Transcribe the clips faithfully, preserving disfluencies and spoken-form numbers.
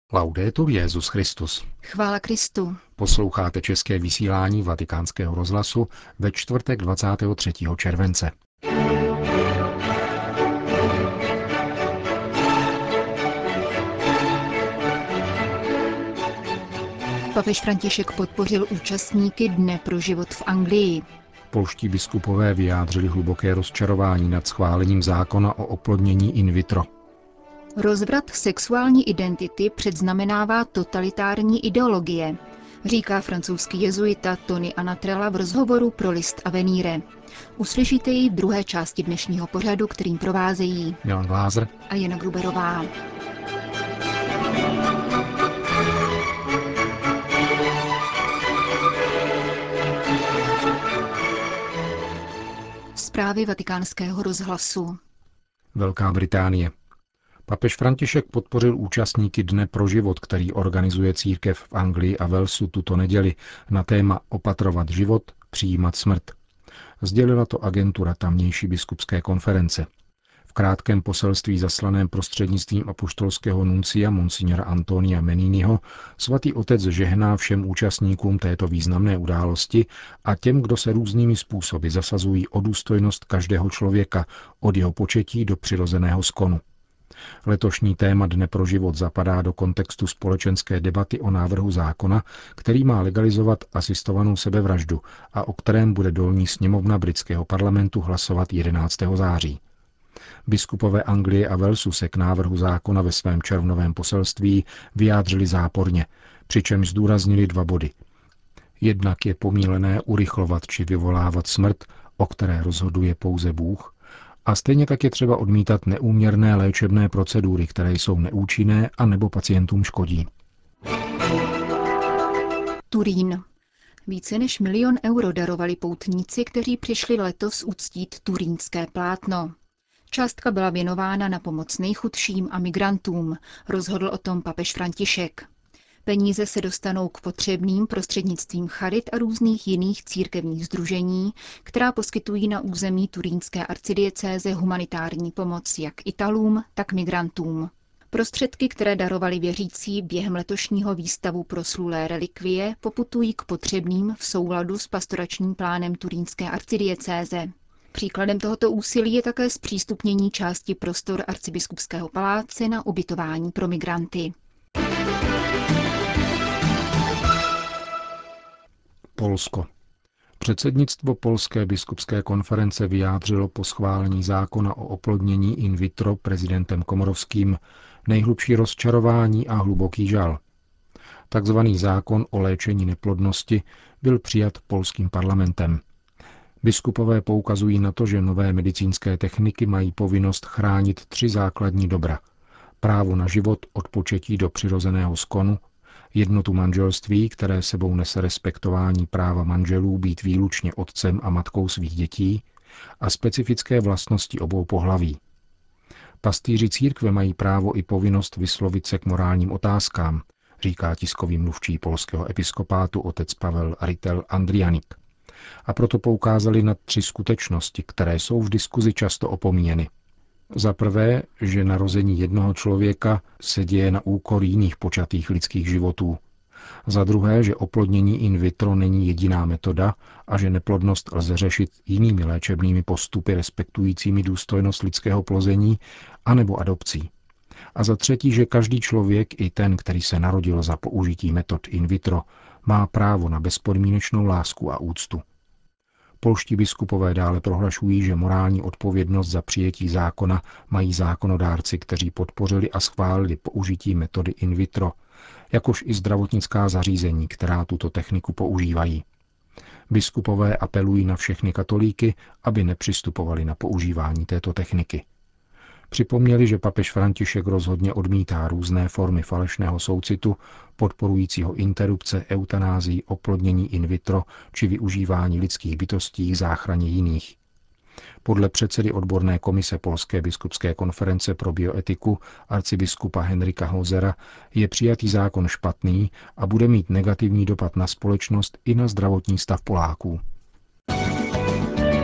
Laudetur Jesus Christus. Chvála Kristu. Posloucháte české vysílání Vatikánského rozhlasu ve čtvrtek dvacátého třetího července. Papež František podpořil účastníky Dne pro život v Anglii. Polští biskupové vyjádřili hluboké rozčarování nad schválením zákona o oplodnění in vitro. Rozvrat sexuální identity předznamenává totalitární ideologie, říká francouzský jezuita Tony Anatrella v rozhovoru pro list Avenire. Uslyšíte jej v druhé části dnešního pořadu, kterým provázejí Milan Glázer a Jana Gruberová. Zprávy Vatikánského rozhlasu. Velká Británie. Papež František podpořil účastníky Dne pro život, který organizuje církev v Anglii a Walesu tuto neděli na téma Opatrovat život, přijímat smrt. Sdělila to agentura tamnější biskupské konference. V krátkém poselství zaslaném prostřednictvím apoštolského nuncia monsignora Antonia Meniniho svatý otec žehná všem účastníkům této významné události a těm, kdo se různými způsoby zasazují o důstojnost každého člověka od jeho početí do přirozeného skonu. Letošní téma Dne pro život zapadá do kontextu společenské debaty o návrhu zákona, který má legalizovat asistovanou sebevraždu a o kterém bude dolní sněmovna britského parlamentu hlasovat jedenáctého září. Biskupové Anglie a Walesu se k návrhu zákona ve svém červnovém poselství vyjádřili záporně, přičemž zdůraznili dva body. Jednak je pomílené urychlovat či vyvolávat smrt, o které rozhoduje pouze Bůh, a stejně tak je třeba odmítat neúměrné léčebné procedury, které jsou neúčinné a nebo pacientům škodí. Turín. Více než milion euro darovali poutníci, kteří přišli letos uctít turínské plátno. Částka byla věnována na pomoc nejchudším a migrantům, rozhodl o tom papež František. Peníze se dostanou k potřebným prostřednictvím charit a různých jiných církevních sdružení, která poskytují na území turínské arcidiecéze humanitární pomoc jak Italům, tak migrantům. Prostředky, které darovali věřící během letošního výstavu proslulé relikvie, poputují k potřebným v souladu s pastoračním plánem turínské arcidiecéze. Příkladem tohoto úsilí je také zpřístupnění části prostor arcibiskupského paláce na ubytování pro migranty. Polsko. Předsednictvo Polské biskupské konference vyjádřilo po schválení zákona o oplodnění in vitro prezidentem Komorowským nejhlubší rozčarování a hluboký žal. Takzvaný zákon o léčení neplodnosti byl přijat polským parlamentem. Biskupové poukazují na to, že nové medicínské techniky mají povinnost chránit tři základní dobra. Právo na život od početí do přirozeného skonu, jednotu manželství, které sebou nese respektování práva manželů být výlučně otcem a matkou svých dětí, a specifické vlastnosti obou pohlaví. Pastýři církve mají právo i povinnost vyslovit se k morálním otázkám, říká tiskový mluvčí polského episkopátu otec Pavel Ritel Andrianik. A proto poukázali na tři skutečnosti, které jsou v diskuzi často opomíjeny. Za prvé, že narození jednoho člověka se děje na úkor jiných počatých lidských životů. Za druhé, že oplodnění in vitro není jediná metoda a že neplodnost lze řešit jinými léčebnými postupy respektujícími důstojnost lidského plození anebo adopcí. A za třetí, že každý člověk, i ten, který se narodil za použití metod in vitro, má právo na bezpodmínečnou lásku a úctu. Polští biskupové dále prohlašují, že morální odpovědnost za přijetí zákona mají zákonodárci, kteří podpořili a schválili použití metody in vitro, jakož i zdravotnická zařízení, která tuto techniku používají. Biskupové apelují na všechny katolíky, aby nepřistupovali na používání této techniky. Připomněli, že papež František rozhodně odmítá různé formy falešného soucitu, podporujícího interrupce, eutanázii, oplodnění in vitro či využívání lidských bytostí k záchraně jiných. Podle předsedy odborné komise Polské biskupské konference pro bioetiku arcibiskupa Henrika Hozera je přijatý zákon špatný a bude mít negativní dopad na společnost i na zdravotní stav Poláků.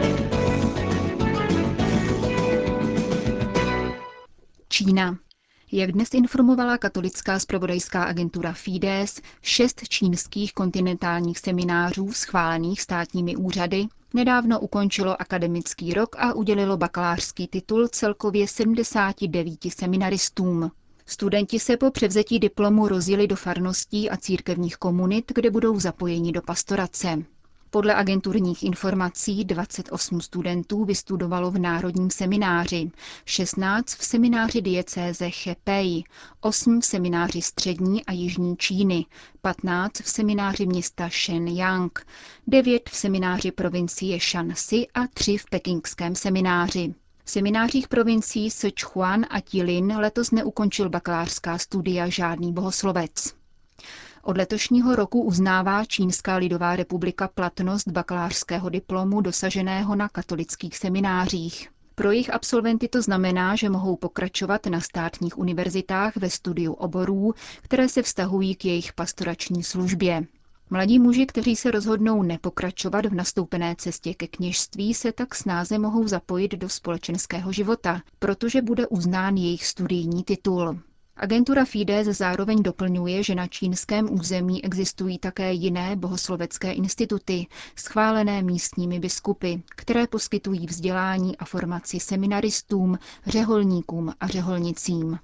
Čína. Jak dnes informovala katolická zpravodajská agentura Fides, šest čínských kontinentálních seminářů schválených státními úřady nedávno ukončilo akademický rok a udělilo bakalářský titul celkově sedmdesáti devíti seminaristům. Studenti se po převzetí diplomu rozjeli do farností a církevních komunit, kde budou zapojeni do pastorace. Podle agenturních informací dvacet osm studentů vystudovalo v Národním semináři, šestnáct v semináři diecéze Hebei, osm v semináři střední a jižní Číny, patnáct v semináři města Shenyang, devět v semináři provincie Shanxi a tři v pekingském semináři. V seminářích provincií Sichuan a Jilin letos neukončil bakalářská studia žádný bohoslovec. Od letošního roku uznává Čínská lidová republika platnost bakalářského diplomu dosaženého na katolických seminářích. Pro jejich absolventy to znamená, že mohou pokračovat na státních univerzitách ve studiu oborů, které se vztahují k jejich pastorační službě. Mladí muži, kteří se rozhodnou nepokračovat v nastoupené cestě ke kněžství, se tak snáze mohou zapojit do společenského života, protože bude uznán jejich studijní titul. Agentura Fides zároveň doplňuje, že na čínském území existují také jiné bohoslovecké instituty, schválené místními biskupy, které poskytují vzdělání a formaci seminaristům, řeholníkům a řeholnicím.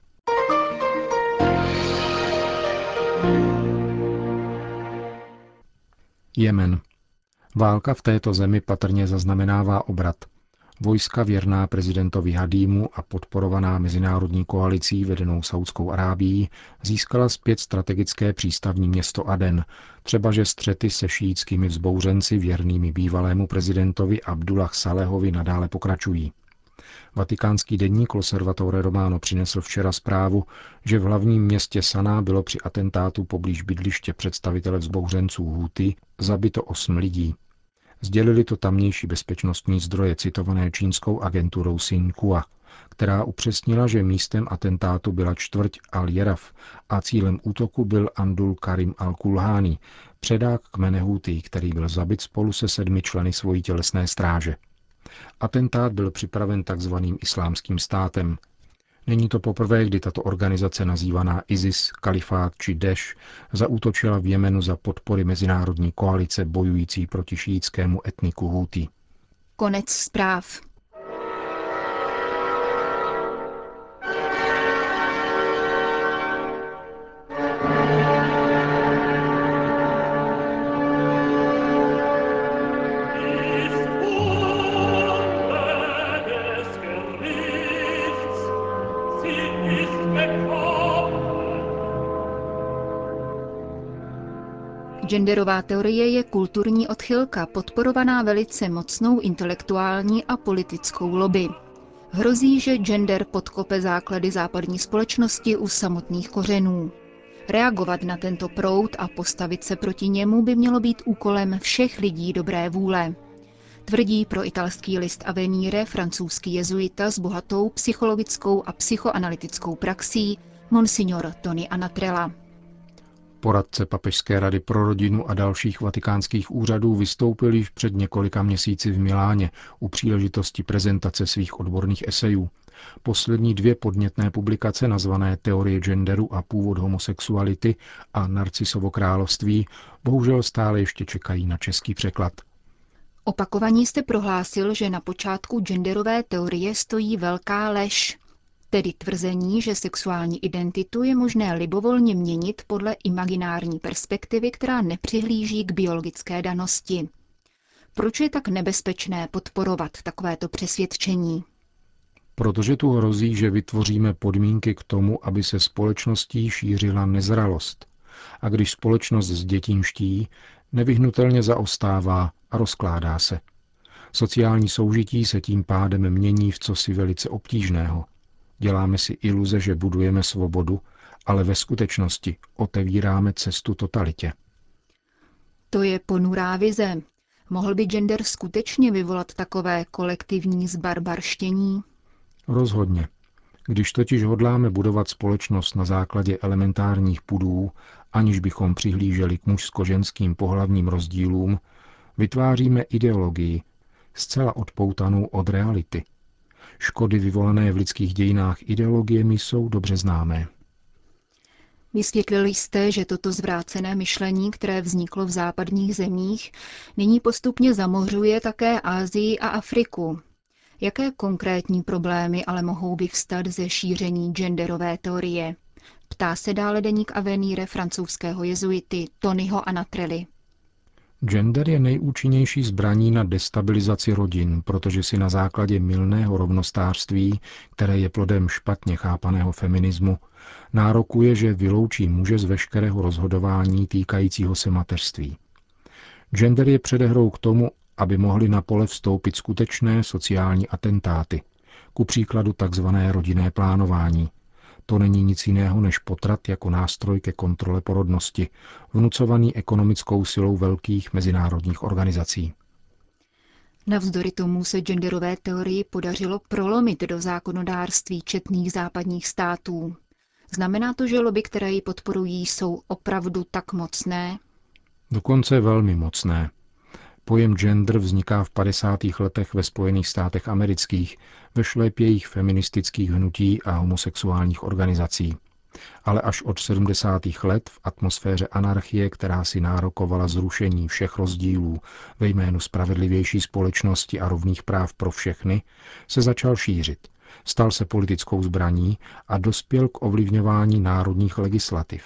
Jemen. Válka v této zemi patrně zaznamenává obrat. Vojska věrná prezidentovi Hadímu a podporovaná mezinárodní koalicí vedenou Saudskou Arábií získala zpět strategické přístavní město Aden, třebaže střety se šíitskými vzbouřenci věrnými bývalému prezidentovi Abdullah Salehovi nadále pokračují. Vatikánský deník L'Osservatore Romano přinesl včera zprávu, že v hlavním městě Saná bylo při atentátu poblíž bydliště představitele vzbouřenců Húty zabito osm lidí. Sdělili to tamnější bezpečnostní zdroje citované čínskou agenturou Xinhua, která upřesnila, že místem atentátu byla čtvrť Al-Jaraf a cílem útoku byl Andul Karim al-Kulhani, předák kmene Húty, který byl zabit spolu se sedmi členy svojí tělesné stráže. Atentát byl připraven takzvaným islámským státem. Není to poprvé, kdy tato organizace nazývaná ISIS, Kalifát či Daesh zaútočila v Jemenu za podpory mezinárodní koalice bojující proti šíitskému etniku Húty. Konec zpráv. Genderová teorie je kulturní odchylka podporovaná velice mocnou intelektuální a politickou lobby. Hrozí, že gender podkope základy západní společnosti u samotných kořenů. Reagovat na tento proud a postavit se proti němu by mělo být úkolem všech lidí dobré vůle. Tvrdí pro italský list Avvenire francouzský jezuita s bohatou psychologickou a psychoanalytickou praxí Monsignor Tony Anatrella. Poradce Papežské rady pro rodinu a dalších vatikánských úřadů vystoupil již před několika měsíci v Miláně u příležitosti prezentace svých odborných esejů. Poslední dvě podnětné publikace nazvané Teorie genderu a původ homosexuality a Narcisovo království bohužel stále ještě čekají na český překlad. Opakovaně jste prohlásil, že na počátku genderové teorie stojí velká lež, tedy tvrzení, že sexuální identitu je možné libovolně měnit podle imaginární perspektivy, která nepřihlíží k biologické danosti. Proč je tak nebezpečné podporovat takovéto přesvědčení? Protože tu hrozí, že vytvoříme podmínky k tomu, aby se společností šířila nezralost. A když společnost zdětinští, nevyhnutelně zaostává a rozkládá se. Sociální soužití se tím pádem mění v cosi velice obtížného. Děláme si iluze, že budujeme svobodu, ale ve skutečnosti otevíráme cestu totalitě. To je ponurá vize. Mohl by gender skutečně vyvolat takové kolektivní zbarbarštění? Rozhodně. Když totiž hodláme budovat společnost na základě elementárních pudů, aniž bychom přihlíželi k mužsko-ženským pohlavním rozdílům, vytváříme ideologii, zcela odpoutanou od reality. Škody vyvolané v lidských dějinách ideologiemi jsou dobře známé. Vysvětlili jste, že toto zvrácené myšlení, které vzniklo v západních zemích, nyní postupně zamořuje také Asii a Afriku. Jaké konkrétní problémy ale mohou vyvstat ze šíření genderové teorie? Ptá se dále deník Avenire francouzského jezuity Tonyho Anatrelli. Gender je nejúčinnější zbraní na destabilizaci rodin, protože si na základě mylného rovnostářství, které je plodem špatně chápaného feminismu, nárokuje, že vyloučí muže z veškerého rozhodování týkajícího se mateřství. Gender je předehrou k tomu, aby mohly na pole vstoupit skutečné sociální atentáty, ku příkladu takzvané rodinné plánování. To není nic jiného než potrat jako nástroj ke kontrole porodnosti, vnucovaný ekonomickou silou velkých mezinárodních organizací. Navzdory tomu se genderové teorii podařilo prolomit do zákonodárství četných západních států. Znamená to, že lobby, které ji podporují, jsou opravdu tak mocné? Dokonce velmi mocné. Pojem gender vzniká v padesátých letech ve Spojených státech amerických ve šlépějích feministických hnutí a homosexuálních organizací. Ale až od sedmdesátých let v atmosféře anarchie, která si nárokovala zrušení všech rozdílů ve jménu spravedlivější společnosti a rovných práv pro všechny, se začal šířit. Stal se politickou zbraní a dospěl k ovlivňování národních legislativ.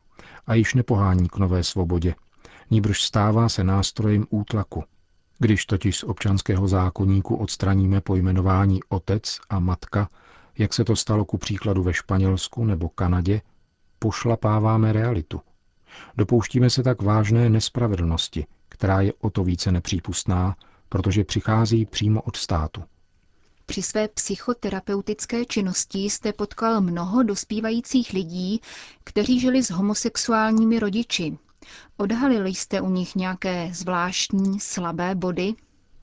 A již nepohání k nové svobodě, nýbrž stává se nástrojem útlaku. Když totiž z občanského zákoníku odstraníme pojmenování otec a matka, jak se to stalo ku příkladu ve Španělsku nebo Kanadě, pošlapáváme realitu. Dopouštíme se tak vážné nespravedlnosti, která je o to více nepřípustná, protože přichází přímo od státu. Při své psychoterapeutické činnosti jste potkal mnoho dospívajících lidí, kteří žili s homosexuálními rodiči. Odhalili jste u nich nějaké zvláštní slabé body?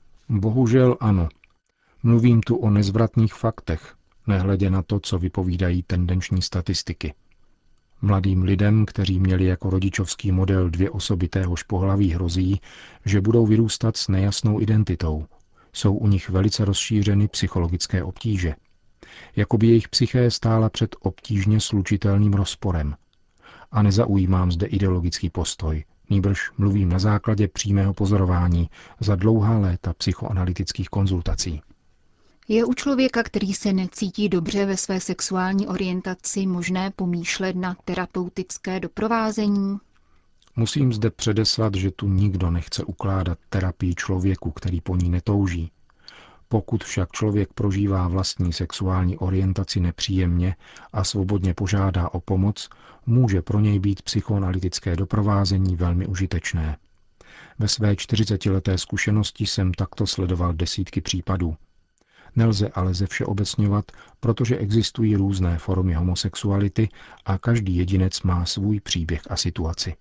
Bohužel ano. Mluvím tu o nezvratných faktech, nehledě na to, co vypovídají tendenční statistiky. Mladým lidem, kteří měli jako rodičovský model dvě osoby téhož pohlaví, hrozí, že budou vyrůstat s nejasnou identitou. Jsou u nich velice rozšířeny psychologické obtíže. Jakoby jejich psyché stála před obtížně slučitelným rozporem. A nezaujímám zde ideologický postoj, nýbrž mluvím na základě přímého pozorování za dlouhá léta psychoanalytických konzultací. Je u člověka, který se necítí dobře ve své sexuální orientaci, možné pomýšlet na terapeutické doprovázení? Musím zde předeslat, že tu nikdo nechce ukládat terapii člověku, který po ní netouží. Pokud však člověk prožívá vlastní sexuální orientaci nepříjemně a svobodně požádá o pomoc, může pro něj být psychoanalytické doprovázení velmi užitečné. Ve své čtyřicetileté zkušenosti jsem takto sledoval desítky případů. Nelze ale ze všeobecňovat, protože existují různé formy homosexuality a každý jedinec má svůj příběh a situaci.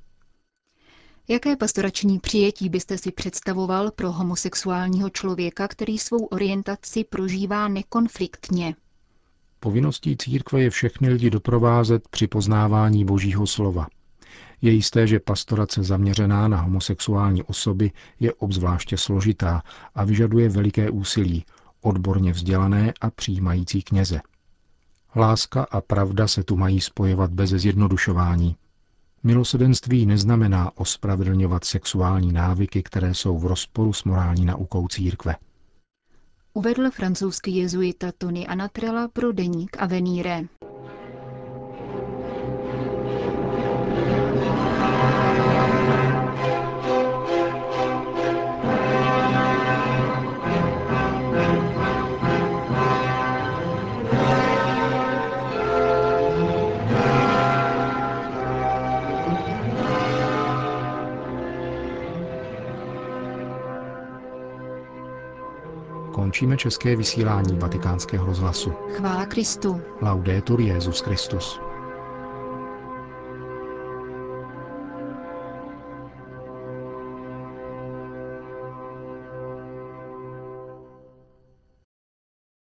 Jaké pastorační přijetí byste si představoval pro homosexuálního člověka, který svou orientaci prožívá nekonfliktně? Povinností církve je všechny lidi doprovázet při poznávání Božího slova. Je jisté, že pastorace zaměřená na homosexuální osoby je obzvláště složitá a vyžaduje veliké úsilí, odborně vzdělané a přijímající kněze. Láska a pravda se tu mají spojovat bez zjednodušování. Milosedenství neznamená ospravedlňovat sexuální návyky, které jsou v rozporu s morální naukou církve. Uvedl francouzský jezuita Tony Anatrella pro deník Avenire. Končíme české vysílání Vatikánského rozhlasu. Chvála Kristu. Laudetur Jesus Christus.